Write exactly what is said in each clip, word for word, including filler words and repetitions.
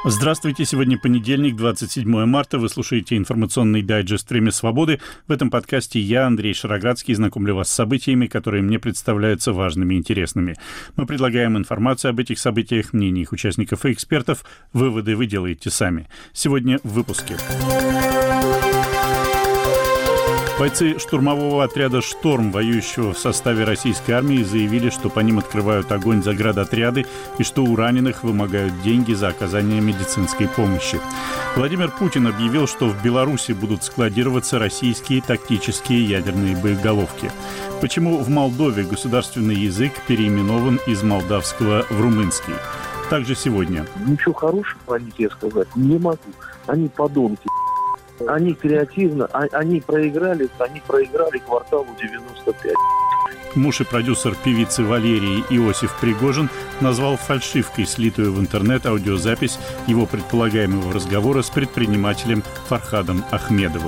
Здравствуйте, сегодня понедельник, двадцать седьмое марта. Вы слушаете информационный дайджест «Время свободы». В этом подкасте я, Андрей Шароградский, знакомлю вас с событиями, которые мне представляются важными и интересными. Мы предлагаем информацию об этих событиях, мнения их участников и экспертов. Выводы вы делаете сами. Сегодня в выпуске. Бойцы штурмового отряда «Шторм», воюющего в составе российской армии, заявили, что по ним открывают огонь заградотряды и что у раненых вымогают деньги за оказание медицинской помощи. Владимир Путин объявил, что в Беларуси будут складироваться российские тактические ядерные боеголовки. Почему в Молдове государственный язык переименован из молдавского в румынский? Также сегодня. Ничего хорошего о них я сказать не могу. Они подонки. Они креативно, они проиграли, они проиграли кварталу девяносто пять. Муж и продюсер певицы Валерии Иосиф Пригожин назвал фальшивкой слитую в интернет аудиозапись его предполагаемого разговора с предпринимателем Фархадом Ахмедовым.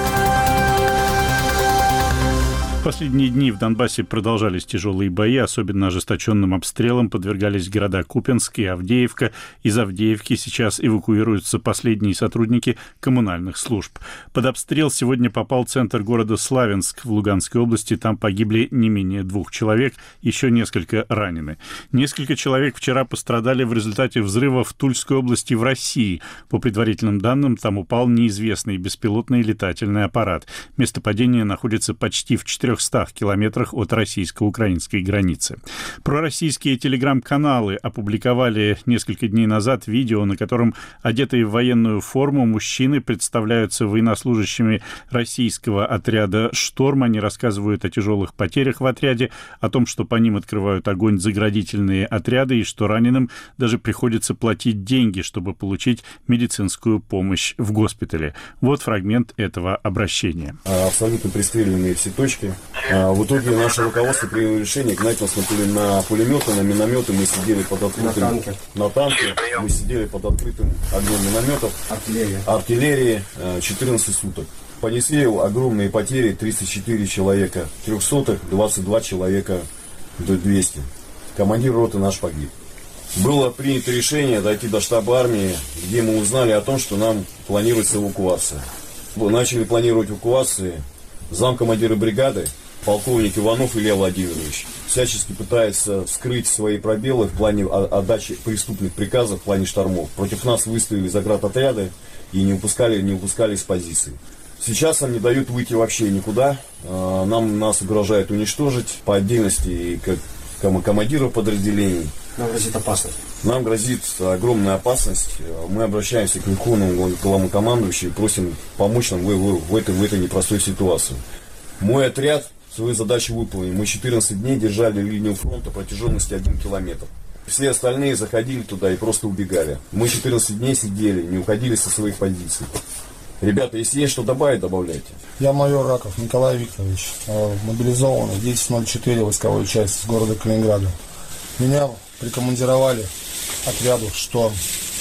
В последние дни в Донбассе продолжались тяжелые бои, особенно ожесточенным обстрелам подвергались города Купянск и Авдеевка. Из Авдеевки сейчас эвакуируются последние сотрудники коммунальных служб. Под обстрел сегодня попал центр города Славянск в Луганской области. Там погибли не менее двух человек, еще несколько ранены. Несколько человек вчера пострадали в результате взрыва в Тульской области в России. По предварительным данным, там упал неизвестный беспилотный летательный аппарат. Место падения находится почти в четырехстах километрах от российско-украинской границы. Пророссийские телеграм-каналы опубликовали несколько дней назад видео, на котором одетые в военную форму мужчины представляются военнослужащими российского отряда «Шторм». Они рассказывают о тяжелых потерях в отряде, о том, что по ним открывают огонь заградительные отряды и что раненым даже приходится платить деньги, чтобы получить медицинскую помощь в госпитале. Вот фрагмент этого обращения. Абсолютно пристреленные все точки. В итоге наше руководство приняло решение гнать нас на пулеметы, на минометы. Мы сидели под открытым... На танке. На танке. Мы сидели под открытым огнем минометов. Артиллерия. Артиллерии четырнадцать суток. Понесли огромные потери, тридцать четыре человека трехсотых, двадцать два человека до двухсот. Командир роты наш погиб. Было принято решение дойти до штаба армии, где мы узнали о том, что нам планируется эвакуация. Начали планировать эвакуации. Замкомандира бригады, полковник Иванов Илья Владимирович, всячески пытается скрыть свои пробелы в плане отдачи преступных приказов, в плане штормов. Против нас выставили заградотряды и не упускали, не упускали с позиций. Сейчас нам не дают выйти вообще никуда. Нам, нас угрожают уничтожить по отдельности и как командиров подразделений. Нам грозит опасность. Нам грозит огромная опасность. Мы обращаемся к верховному главнокомандующему и просим помочь нам в, в, в, этой, в этой непростой ситуации. Мой отряд свою задачу выполнил. Мы четырнадцать дней держали линию фронта протяженностью один километр. Все остальные заходили туда и просто убегали. Мы четырнадцать дней сидели, не уходили со своих позиций. Ребята, если есть что добавить, добавляйте. Я майор Раков Николай Викторович, мобилизованный десять ноль четыре войсковой части с города Калининграда. Меня прикомандировали отряду «Шторм»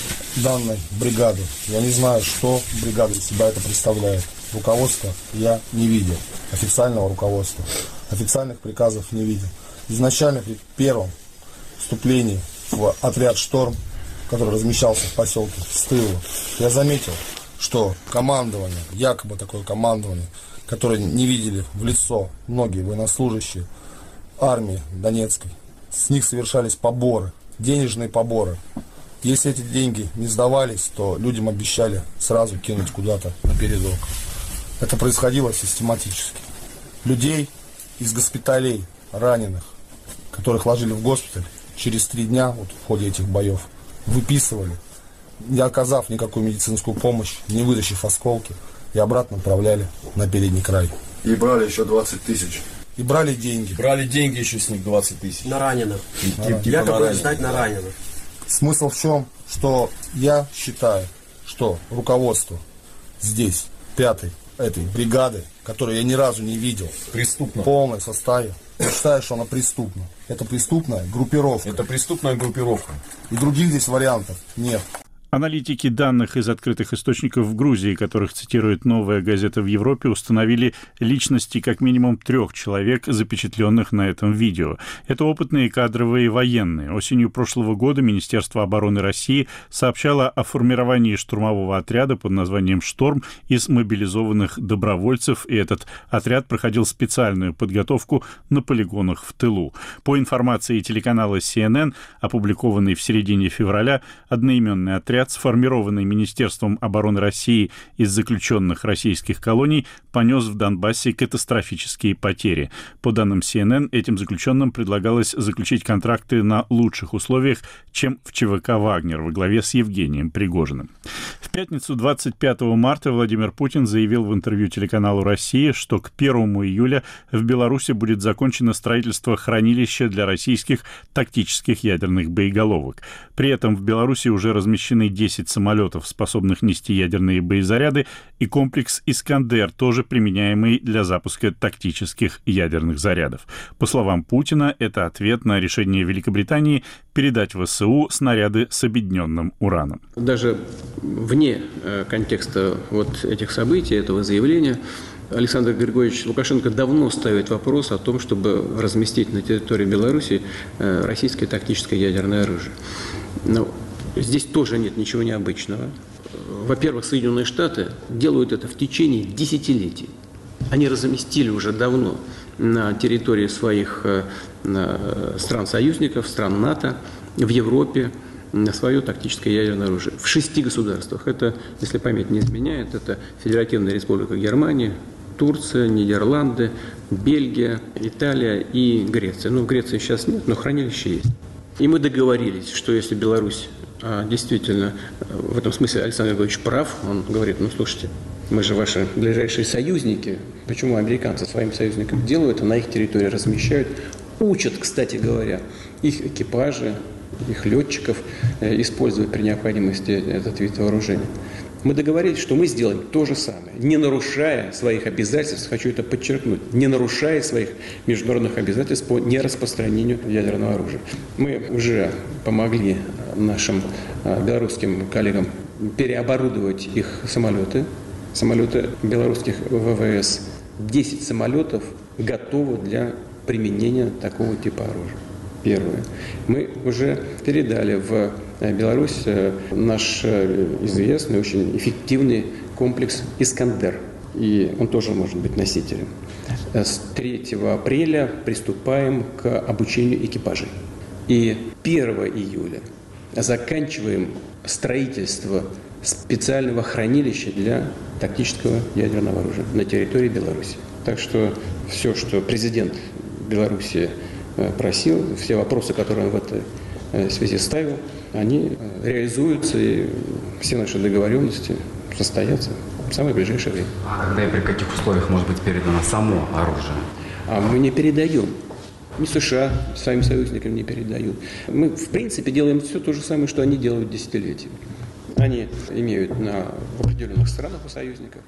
данной бригады. Я не знаю, что бригада из себя это представляет. Руководства я не видел. Официального руководства. Официальных приказов не видел. Изначально при первом вступлении в отряд «Шторм», который размещался в поселке Стылово, я заметил, что командование, якобы такое командование, которое не видели в лицо многие военнослужащие армии Донецкой, с них совершались поборы, денежные поборы. Если эти деньги не сдавались, то людям обещали сразу кинуть куда-то на передок. Это происходило систематически. Людей из госпиталей, раненых, которых ложили в госпиталь, через три дня вот, в ходе этих боев выписывали, не оказав никакую медицинскую помощь, не вытащив осколки, и обратно отправляли на передний край. И брали еще двадцать тысяч. И брали деньги. Брали деньги еще с них двадцать тысяч. На раненых. На раненых. Якобы сдать на раненых. Смысл в чем? Что я считаю, что руководство здесь, пятой этой бригады, которую я ни разу не видел, преступно. В полном составе, я считаю, что она преступна. Это преступная группировка. Это преступная группировка. И других здесь вариантов нет. Аналитики данных из открытых источников в Грузии, которых цитирует «Новая газета» в Европе, установили личности как минимум трех человек, запечатленных на этом видео. Это опытные кадровые военные. Осенью прошлого года Министерство обороны России сообщало о формировании штурмового отряда под названием «Шторм» из мобилизованных добровольцев, и этот отряд проходил специальную подготовку на полигонах в тылу. По информации телеканала си эн эн, опубликованной в середине февраля, одноименный отряд, сформированный Министерством обороны России из заключенных российских колоний, понес в Донбассе катастрофические потери. По данным си эн эн, этим заключенным предлагалось заключить контракты на лучших условиях, чем в ЧВК «Вагнер» во главе с Евгением Пригожиным. В пятницу двадцать пятого марта Владимир Путин заявил в интервью телеканалу «Россия», что к первому июля в Беларуси будет закончено строительство хранилища для российских тактических ядерных боеголовок. При этом в Беларуси уже размещены десять самолетов, способных нести ядерные боезаряды, и комплекс «Искандер», тоже применяемый для запуска тактических ядерных зарядов. По словам Путина, это ответ на решение Великобритании передать вэ эс у снаряды с объединенным ураном. Даже вне контекста вот этих событий, этого заявления, Александр Григорьевич Лукашенко давно ставит вопрос о том, чтобы разместить на территории Беларуси российское тактическое ядерное оружие. Но здесь тоже нет ничего необычного. Во-первых, Соединенные Штаты делают это в течение десятилетий. Они разместили уже давно на территории своих стран-союзников, стран НАТО, в Европе свое тактическое ядерное оружие. В шести государствах. Это, если память не изменяет, это Федеративная Республика Германия, Турция, Нидерланды, Бельгия, Италия и Греция. Ну, в Греции сейчас нет, но хранилище есть. И мы договорились, что если Беларусь а, действительно, в этом смысле Александр Григорьевич прав, он говорит, ну, слушайте, мы же ваши ближайшие союзники, почему американцы своим союзникам делают, а на их территории размещают, учат, кстати говоря, их экипажи, их летчиков использовать при необходимости этот вид вооружения. Мы договорились, что мы сделаем то же самое, не нарушая своих обязательств, хочу это подчеркнуть, не нарушая своих международных обязательств по нераспространению ядерного оружия. Мы уже помогли нашим белорусским коллегам переоборудовать их самолеты, самолеты белорусских вэ вэ эс. десять самолетов готовы для применения такого типа оружия. Первое. Мы уже передали в Беларусь наш известный, очень эффективный комплекс «Искандер». И он тоже может быть носителем. С третьего апреля приступаем к обучению экипажей. И первого июля заканчиваем строительство специального хранилища для тактического ядерного оружия на территории Беларуси. Так что все, что президент Беларуси просил, все вопросы, которые он в этой связи ставил, они реализуются, и все наши договоренности состоятся в самое ближайшее время. А когда и при каких условиях может быть передано само оружие? А мы не передаем. Ни США своим союзникам не передают. Мы, в принципе, делаем все то же самое, что они делают десятилетиями. Они имеют на в определенных странах у союзников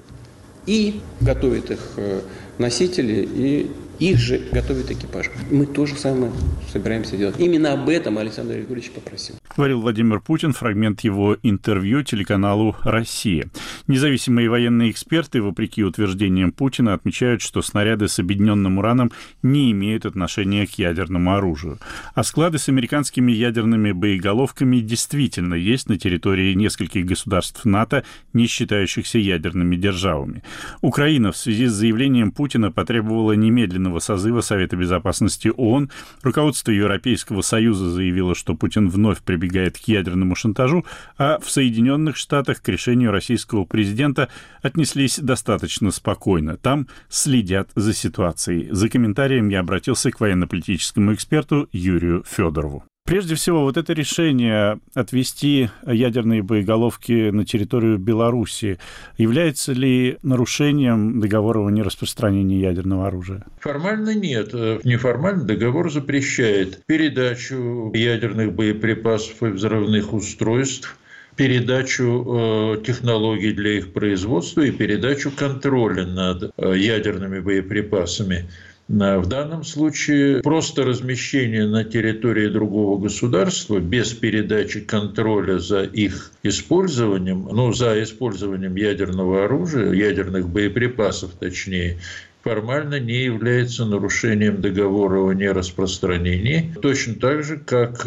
и готовят их носители, и их же готовят экипаж. Мы то же самое собираемся делать. Именно об этом Александр Григорьевич попросил. Говорил Владимир Путин, фрагмент его интервью телеканалу «Россия». Независимые военные эксперты, вопреки утверждениям Путина, отмечают, что снаряды с объединенным ураном не имеют отношения к ядерному оружию. А склады с американскими ядерными боеголовками действительно есть на территории нескольких государств НАТО, не считающихся ядерными державами. Украина в связи с заявлением Путина потребовала немедленного созыва Совета Безопасности ООН. Руководство Европейского Союза заявило, что Путин вновь прибегает к ядерному шантажу, а в Соединенных Штатах к решению российского президента отнеслись достаточно спокойно. Там следят за ситуацией. За комментарием я обратился к военно-политическому эксперту Юрию Федорову. Прежде всего, вот это решение отвести ядерные боеголовки на территорию Беларуси является ли нарушением договора о нераспространении ядерного оружия? Формально нет. Неформально договор запрещает передачу ядерных боеприпасов и взрывных устройств, передачу э, технологий для их производства и передачу контроля над э, ядерными боеприпасами В данном случае просто размещение на территории другого государства без передачи контроля за их использованием, ну, за использованием ядерного оружия, ядерных боеприпасов точнее, формально не является нарушением договора о нераспространении, точно так же, как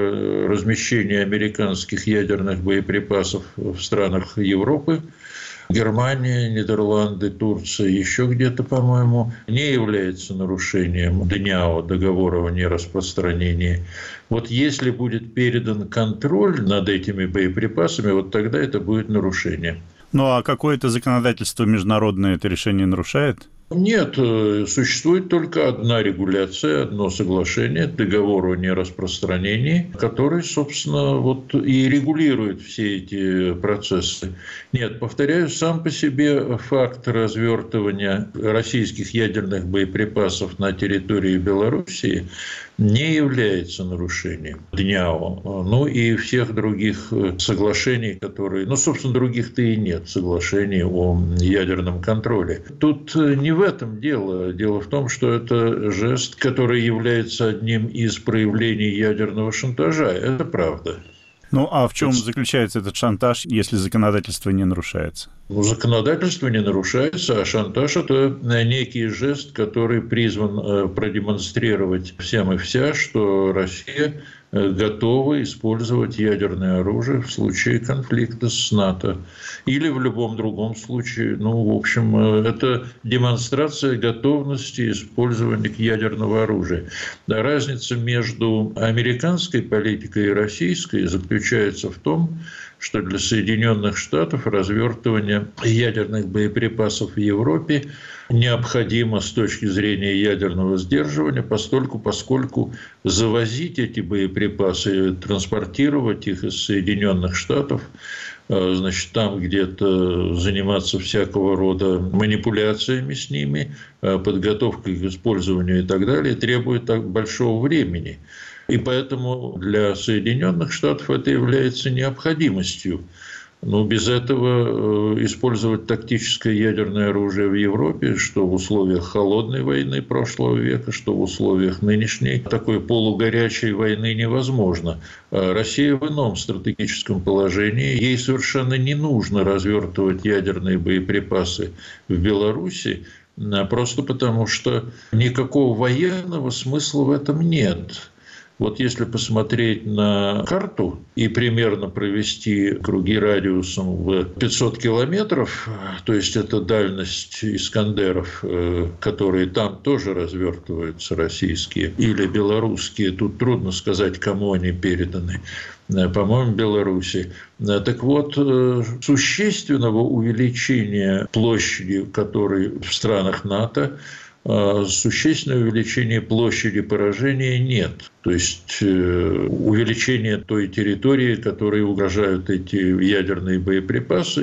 размещение американских ядерных боеприпасов в странах Европы, Германия, Нидерланды, Турция, еще где-то, по-моему, не является нарушением ДНЯО, договора о нераспространении. Вот если будет передан контроль над этими боеприпасами, вот тогда это будет нарушение. Ну а какое-то законодательство международное это решение нарушает? Нет, существует только одна регуляция, одно соглашение, договор о нераспространении, который, собственно, вот и регулирует все эти процессы. Нет, повторяю, сам по себе факт развертывания российских ядерных боеприпасов на территории Белоруссии не является нарушением ДНЯО, ну и всех других соглашений, которые, ну, собственно, других-то и нет, соглашений о ядерном контроле. Тут не в этом дело. Дело в том, что это жест, который является одним из проявлений ядерного шантажа. Это правда. Ну, а в чем заключается этот шантаж, если законодательство не нарушается? Ну, законодательство не нарушается, а шантаж – это некий жест, который призван продемонстрировать всем и вся, что Россия готова использовать ядерное оружие в случае конфликта с НАТО или в любом другом случае. Ну, в общем, это демонстрация готовности использования ядерного оружия. Да, разница между американской политикой и российской заключается в том, что для Соединенных Штатов развертывание ядерных боеприпасов в Европе необходимо с точки зрения ядерного сдерживания, постольку, поскольку завозить эти боеприпасы, транспортировать их из Соединенных Штатов, значит, там где-то заниматься всякого рода манипуляциями с ними, подготовкой к использованию и так далее, требует так большого времени. И поэтому для Соединенных Штатов это является необходимостью. Но без этого использовать тактическое ядерное оружие в Европе, что в условиях холодной войны прошлого века, что в условиях нынешней такой полугорячей войны невозможно. Россия в ином стратегическом положении. Ей совершенно не нужно развертывать ядерные боеприпасы в Беларуси, просто потому что никакого военного смысла в этом нет. Вот если посмотреть на карту и примерно провести круги радиусом в пятьсот километров, то есть это дальность Искандеров, которые там тоже развертываются, российские или белорусские, тут трудно сказать, кому они переданы, по-моему, Беларуси. Так вот, существенного увеличения площади, которой в странах НАТО, существенного увеличения площади поражения нет. То есть увеличение той территории, которой угрожают эти ядерные боеприпасы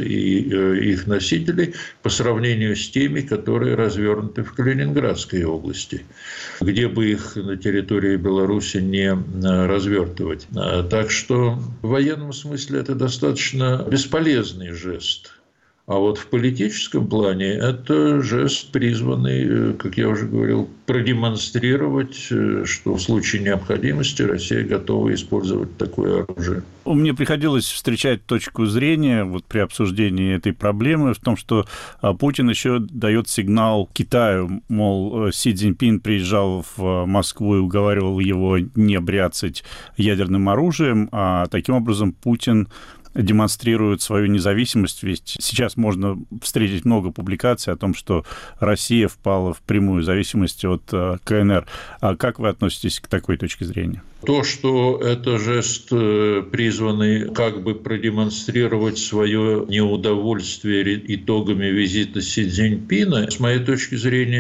и их носители, по сравнению с теми, которые развернуты в Калининградской области, где бы их на территории Беларуси не развертывать. Так что в военном смысле это достаточно бесполезный жест. А вот в политическом плане это жест, призванный, как я уже говорил, продемонстрировать, что в случае необходимости Россия готова использовать такое оружие. Мне приходилось встречать точку зрения вот при обсуждении этой проблемы в том, что Путин еще дает сигнал Китаю, мол, Си Цзиньпин приезжал в Москву и уговаривал его не бряцать ядерным оружием, а таким образом Путин демонстрирует свою независимость, ведь сейчас можно встретить много публикаций о том, что Россия впала в прямую зависимость от КНР. А как вы относитесь к такой точке зрения? То, что это жест, призванный как бы продемонстрировать свое неудовольствие итогами визита Си Цзиньпина, с моей точки зрения,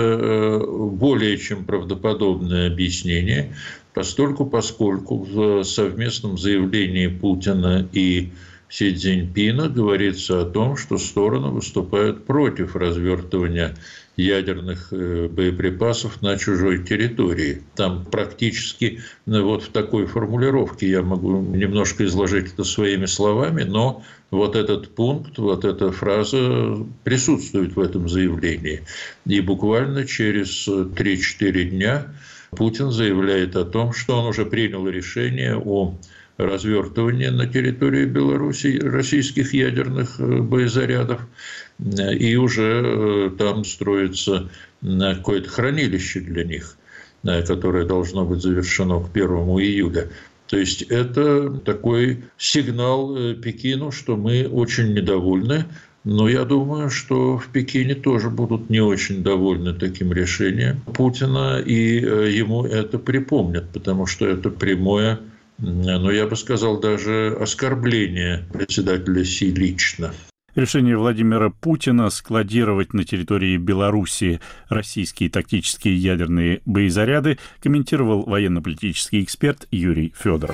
это более чем правдоподобное объяснение, постольку, поскольку в совместном заявлении Путина и Си Цзиньпина говорится о том, что стороны выступают против развертывания ядерных боеприпасов на чужой территории. Там практически вот в такой формулировке, я могу немножко изложить это своими словами, но вот этот пункт, вот эта фраза присутствует в этом заявлении. И буквально через три-четыре дня Путин заявляет о том, что он уже принял решение о развертывании на территории Беларуси российских ядерных боезарядов, и уже там строится какое-то хранилище для них, которое должно быть завершено к первому июля. То есть это такой сигнал Пекину, что мы очень недовольны. Но я думаю, что в Пекине тоже будут не очень довольны таким решением Путина, и ему это припомнят, потому что это прямое, ну, я бы сказал, даже оскорбление председателя Си лично. Решение Владимира Путина складировать на территории Белоруссии российские тактические ядерные боезаряды комментировал военно-политический эксперт Юрий Федоров.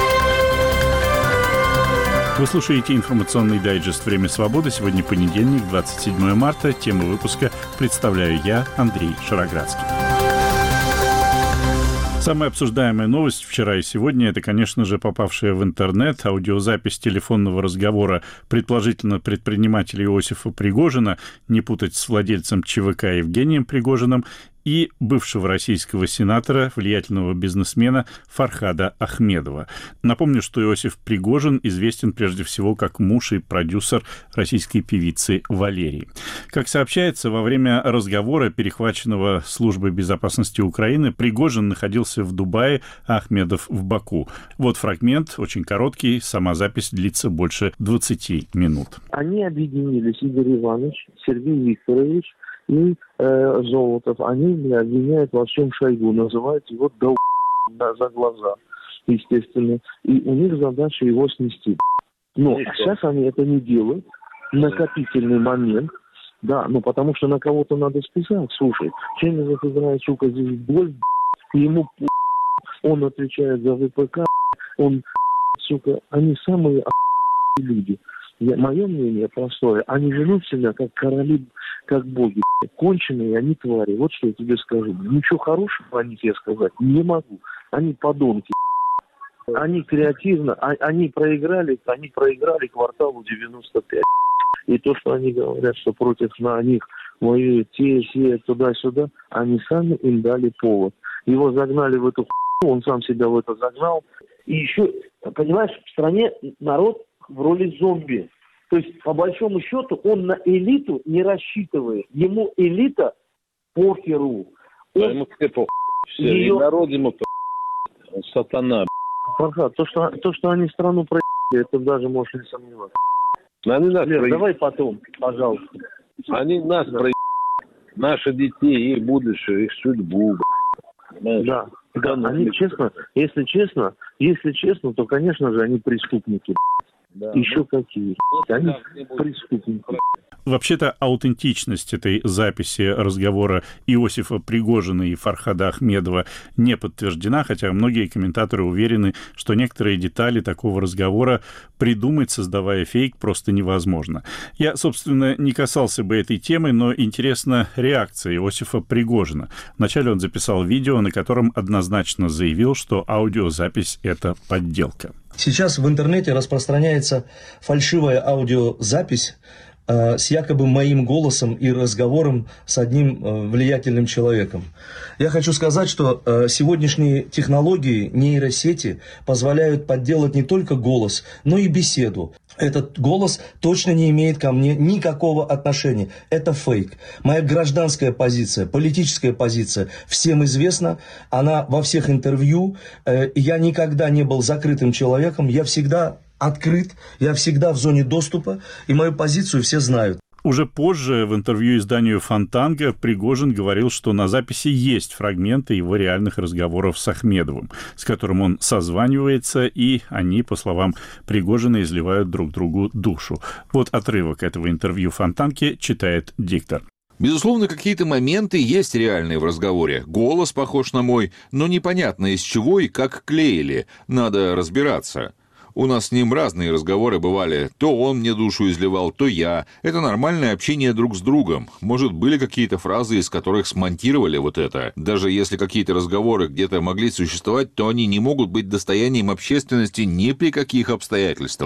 Вы слушаете информационный дайджест «Время свободы». Сегодня понедельник, двадцать седьмое марта. Тему выпуска представляю я, Андрей Шароградский. Самая обсуждаемая новость вчера и сегодня – это, конечно же, попавшая в интернет аудиозапись телефонного разговора предположительно предпринимателя Иосифа Пригожина, не путать с владельцем ЧВК Евгением Пригожиным, и бывшего российского сенатора, влиятельного бизнесмена Фархада Ахмедова. Напомню, что Иосиф Пригожин известен прежде всего как муж и продюсер российской певицы Валерии. Как сообщается, во время разговора, перехваченного Службой безопасности Украины, Пригожин находился в Дубае, а Ахмедов в Баку. Вот фрагмент, очень короткий, сама запись длится больше двадцати минут. Они объединились, Игорь Иванович, Сергей Викторович и э, Золотов. Они меня обвиняют во всем Шойгу, называют его дол... за глаза, естественно. И у них задача его снести. Но сейчас они это не делают. Накопительный момент. Да, ну потому что на кого-то надо списать. Слушай, чем из этого, сука, здесь боль, ему он отвечает за ВПК, он, сука, они самые люди. Я, мое мнение простое, они ведут себя как короли, как боги, конченые, они твари. Вот что я тебе скажу. Ничего хорошего о них я сказать не могу. Они подонки. Они креативно, а, они проиграли, они проиграли кварталу девяносто пять. И то, что они говорят, что против на них воюют те, все, туда-сюда, они сами им дали повод. Его загнали в эту хуйню, он сам себя в это загнал. И еще, понимаешь, в стране народ в роли зомби. То есть, по большому счету, он на элиту не рассчитывает. Ему элита похеру. Да, ему все похуй. Все. Ее... И народ ему похуй. Сатана. Фархад, то, что, то, что они страну проебали, это даже можешь не сомневаться. Они нас Лер, проебали. Давай потом, пожалуйста. Они нас да. проебали. Наши детей, их будущее, их судьбу. Понимаешь? Да. Да, они, честно, если честно, если честно, то, конечно же, они преступники. Да, Еще ну, какие. Вот они преступники. Вообще-то аутентичность этой записи разговора Иосифа Пригожина и Фархада Ахмедова не подтверждена, хотя многие комментаторы уверены, что некоторые детали такого разговора придумать, создавая фейк, просто невозможно. Я, собственно, не касался бы этой темы, но интересна реакция Иосифа Пригожина. Вначале он записал видео, на котором однозначно заявил, что аудиозапись — это подделка. Сейчас в интернете распространяется фальшивая аудиозапись с якобы моим голосом и разговором с одним влиятельным человеком. Я хочу сказать, что сегодняшние технологии нейросети позволяют подделать не только голос, но и беседу. Этот голос точно не имеет ко мне никакого отношения. Это фейк. Моя гражданская позиция, политическая позиция всем известна. Она во всех интервью. Я никогда не был закрытым человеком. Я всегда открыт, я всегда в зоне доступа, и мою позицию все знают. Уже позже в интервью изданию «Фонтанга» Пригожин говорил, что на записи есть фрагменты его реальных разговоров с Ахмедовым, с которым он созванивается, и они, по словам Пригожина, изливают друг другу душу. Вот отрывок этого интервью «Фонтанки» читает диктор. Безусловно, какие-то моменты есть реальные в разговоре. Голос похож на мой, но непонятно из чего и как клеили. Надо разбираться. У нас с ним разные разговоры бывали. То он мне душу изливал, то я. Это нормальное общение друг с другом. Может, были какие-то фразы, из которых смонтировали вот это. Даже если какие-то разговоры где-то могли существовать, то они не могут быть достоянием общественности ни при каких обстоятельствах.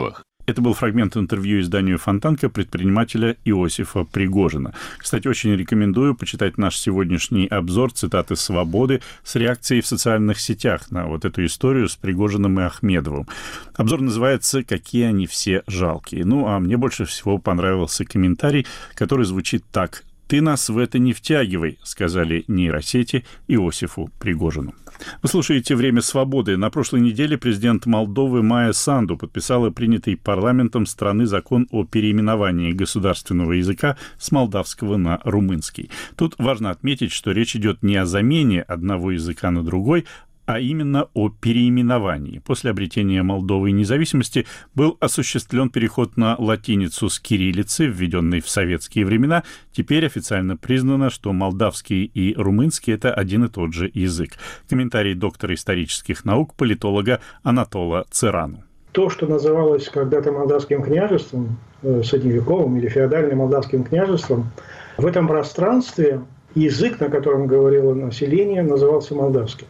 Это был фрагмент интервью изданию «Фонтанка» предпринимателя Иосифа Пригожина. Кстати, очень рекомендую почитать наш сегодняшний обзор «Цитаты свободы» с реакцией в социальных сетях на вот эту историю с Пригожиным и Ахмедовым. Обзор называется «Какие они все жалкие». Ну, а мне больше всего понравился комментарий, который звучит так: «Ты нас в это не втягивай», — сказали нейросети Иосифу Пригожину. Вы слушаете «Время свободы». На прошлой неделе президент Молдовы Майя Санду подписала принятый парламентом страны закон о переименовании государственного языка с молдавского на румынский. Тут важно отметить, что речь идет не о замене одного языка на другой, а именно о переименовании. После обретения Молдовы независимости был осуществлен переход на латиницу с кириллицы, введенной в советские времена. Теперь официально признано, что молдавский и румынский — это один и тот же язык. Комментарий доктора исторических наук, политолога Анатола Церану. То, что называлось когда-то молдавским княжеством, средневековым или феодальным молдавским княжеством, в этом пространстве язык, на котором говорило население, назывался молдавским.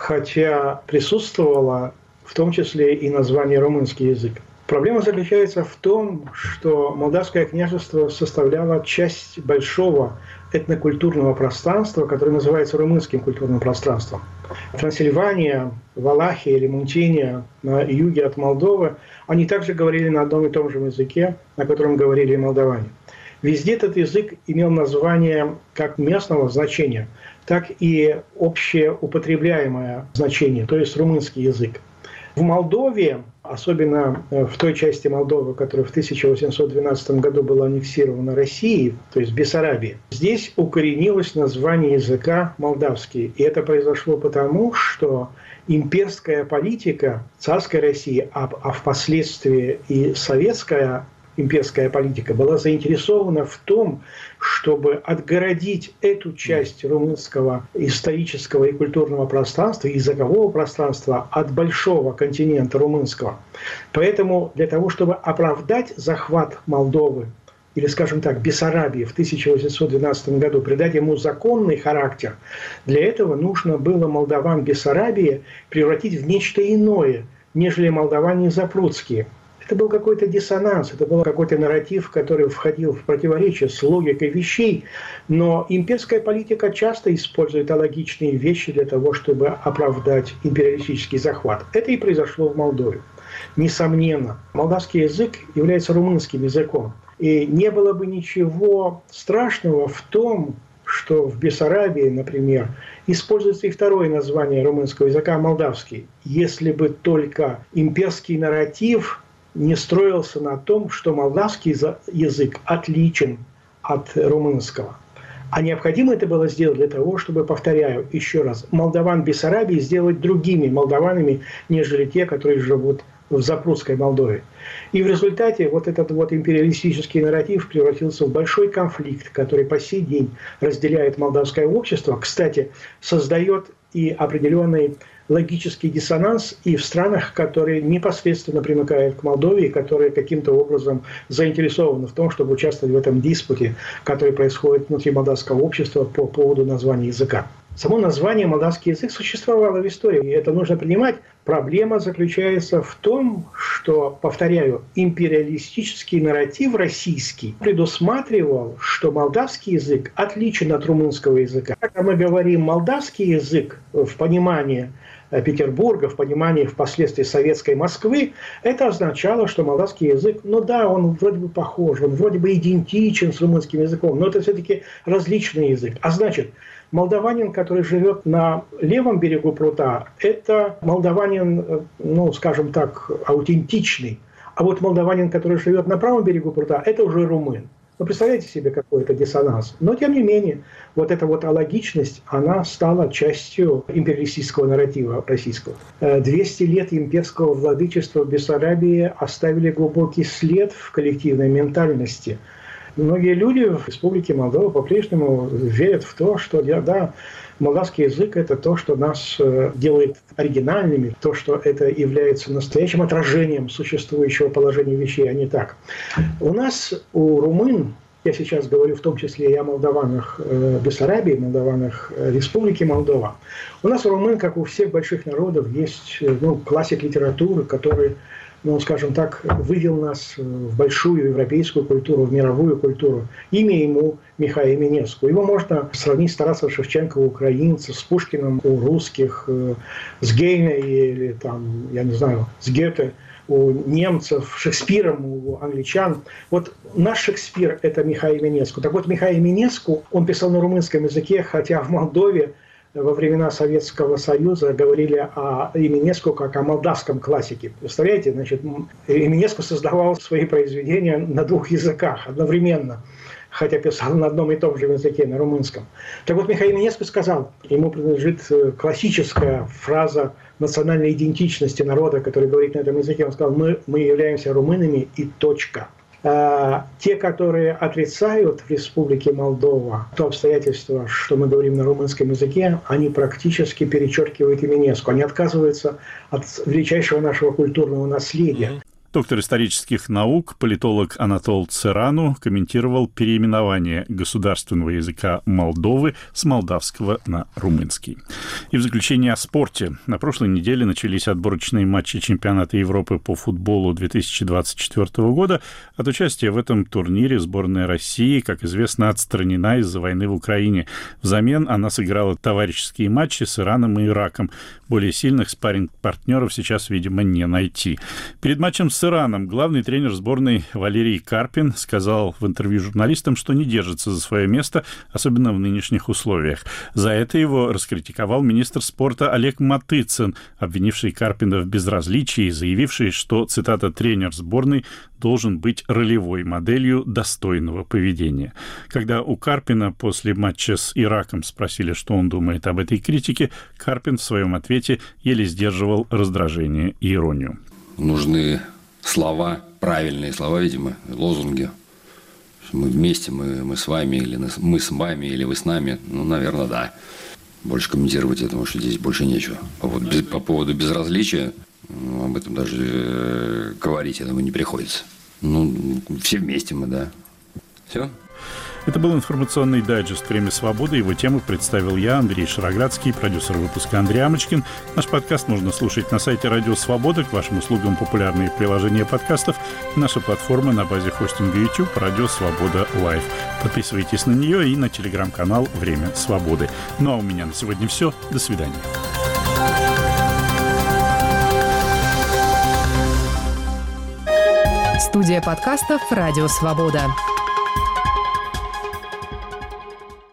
Хотя присутствовало в том числе и название румынский язык. Проблема заключается в том, что Молдавское княжество составляло часть большого этнокультурного пространства, которое называется румынским культурным пространством. Трансильвания, Валахия или Мунтения на юге от Молдовы, они также говорили на одном и том же языке, на котором говорили и молдаване. Везде этот язык имел название как местного значения, так и общеупотребляемое значение, то есть румынский язык. В Молдове, особенно в той части Молдовы, которая в тысяча восемьсот двенадцатом году была аннексирована Россией, то есть Бессарабии, здесь укоренилось название языка молдавский. И это произошло потому, что имперская политика царской России, а, а впоследствии и советская имперская политика была заинтересована в том, чтобы отгородить эту часть румынского исторического и культурного пространства, языкового пространства от большого континента румынского. Поэтому для того, чтобы оправдать захват Молдовы, или, скажем так, Бессарабии в тысяча восемьсот двенадцатом году, придать ему законный характер, для этого нужно было молдаван Бессарабии превратить в нечто иное, нежели молдаване запрудские. Это был какой-то диссонанс, это был какой-то нарратив, который входил в противоречие с логикой вещей, но имперская политика часто использует алогичные вещи для того, чтобы оправдать империалистический захват. Это и произошло в Молдове. Несомненно, молдавский язык является румынским языком. И не было бы ничего страшного в том, что в Бессарабии, например, используется и второе название румынского языка – молдавский, если бы только имперский нарратив не строился на том, что молдавский язык отличен от румынского. А необходимо это было сделать для того, чтобы, повторяю еще раз, молдаван Бессарабии сделать другими молдаванами, нежели те, которые живут в Запрудской Молдове. И в результате вот этот вот империалистический нарратив превратился в большой конфликт, который по сей день разделяет молдавское общество. Кстати, создает и определенный логический диссонанс и в странах, которые непосредственно примыкают к Молдове, которые каким-то образом заинтересованы в том, чтобы участвовать в этом диспуте, который происходит внутри молдавского общества по поводу названия языка. Само название молдавский язык существовало в истории, и это нужно принимать. Проблема заключается в том, что, повторяю, империалистический нарратив российский предусматривал, что молдавский язык отличен от румынского языка. Когда мы говорим молдавский язык в понимании Петербурга, в понимании впоследствии советской Москвы, это означало, что молдавский язык, ну да, он вроде бы похож, он вроде бы идентичен с румынским языком, но это все-таки различный язык. А значит, молдаванин, который живет на левом берегу пруда, это молдаванин, ну, скажем так, аутентичный. А вот молдаванин, который живет на правом берегу пруда, это уже румын. Ну, представляете себе какой-то диссонанс. Но, тем не менее, вот эта вот алогичность, она стала частью империалистического нарратива российского. двести лет имперского владычества в Бессарабии оставили глубокий след в коллективной ментальности. Многие люди в Республике Молдова по-прежнему верят в то, что да, молдавский язык – это то, что нас делает оригинальными, то, что это является настоящим отражением существующего положения вещей, а не так. У нас, у румын, я сейчас говорю в том числе и о молдаванах Бессарабии, молдаванах Республики Молдова, у нас у румын, как у всех больших народов, есть ну, классик литературы, который ну, скажем так, вывел нас в большую европейскую культуру, в мировую культуру. Имя ему Михаил Еминеску. Его можно сравнить с Тарасом Шевченко у украинцев, с Пушкиным у русских, с Гейне или там, я не знаю, с Гёте у немцев, Шекспиром у англичан. Вот наш Шекспир – это Михаил Еминеску. Так вот, Михаил Еминеску, он писал на румынском языке, хотя в Молдове во времена Советского Союза говорили о Еминеску как о молдавском классике. Представляете, значит, Еминеску создавал свои произведения на двух языках одновременно, хотя писал на одном и том же языке, на румынском. Так вот, Михаил Еминеску сказал, ему принадлежит классическая фраза национальной идентичности народа, который говорит на этом языке. Он сказал, мы, мы являемся румынами и точка. А те, которые отрицают в Республике Молдова то обстоятельство, что мы говорим на румынском языке, они практически перечеркивают Еминеску. Они отказываются от величайшего нашего культурного наследия. Доктор исторических наук, политолог Анатол Церану комментировал переименование государственного языка Молдовы с молдавского на румынский. И в заключение о спорте. На прошлой неделе начались отборочные матчи чемпионата Европы по футболу две тысячи двадцать четвёртого года. От участия в этом турнире сборная России, как известно, отстранена из-за войны в Украине. Взамен она сыграла товарищеские матчи с Ираном и Ираком. Более сильных спарринг-партнеров сейчас, видимо, не найти. Перед матчем с Ираном главный тренер сборной Валерий Карпин сказал в интервью журналистам, что не держится за свое место, особенно в нынешних условиях. За это его раскритиковал министр спорта Олег Матыцын, обвинивший Карпина в безразличии и заявивший, что, цитата, «тренер сборной должен быть ролевой моделью достойного поведения». Когда у Карпина после матча с Ираком спросили, что он думает об этой критике, Карпин в своем ответе еле сдерживал раздражение и иронию. Нужны слова, правильные слова, видимо, лозунги. Мы вместе, мы, мы с вами, или мы с вами, или вы с нами. Ну, наверное, да. Больше комментировать это, потому что здесь больше нечего. По поводу, без, по поводу безразличия, ну, об этом даже э, говорить, я думаю, не приходится. Ну, все вместе мы, да. Все. Это был информационный дайджест «Время свободы». Его тему представил я, Андрей Шароградский, продюсер выпуска Андрей Амочкин. Наш подкаст можно слушать на сайте «Радио Свобода». К вашим услугам популярные приложения подкастов. Наша платформа на базе хостинга YouTube «Радио Свобода Лайв». Подписывайтесь на нее и на телеграм-канал «Время свободы». Ну а у меня на сегодня все. До свидания. Студия подкастов «Радио Свобода».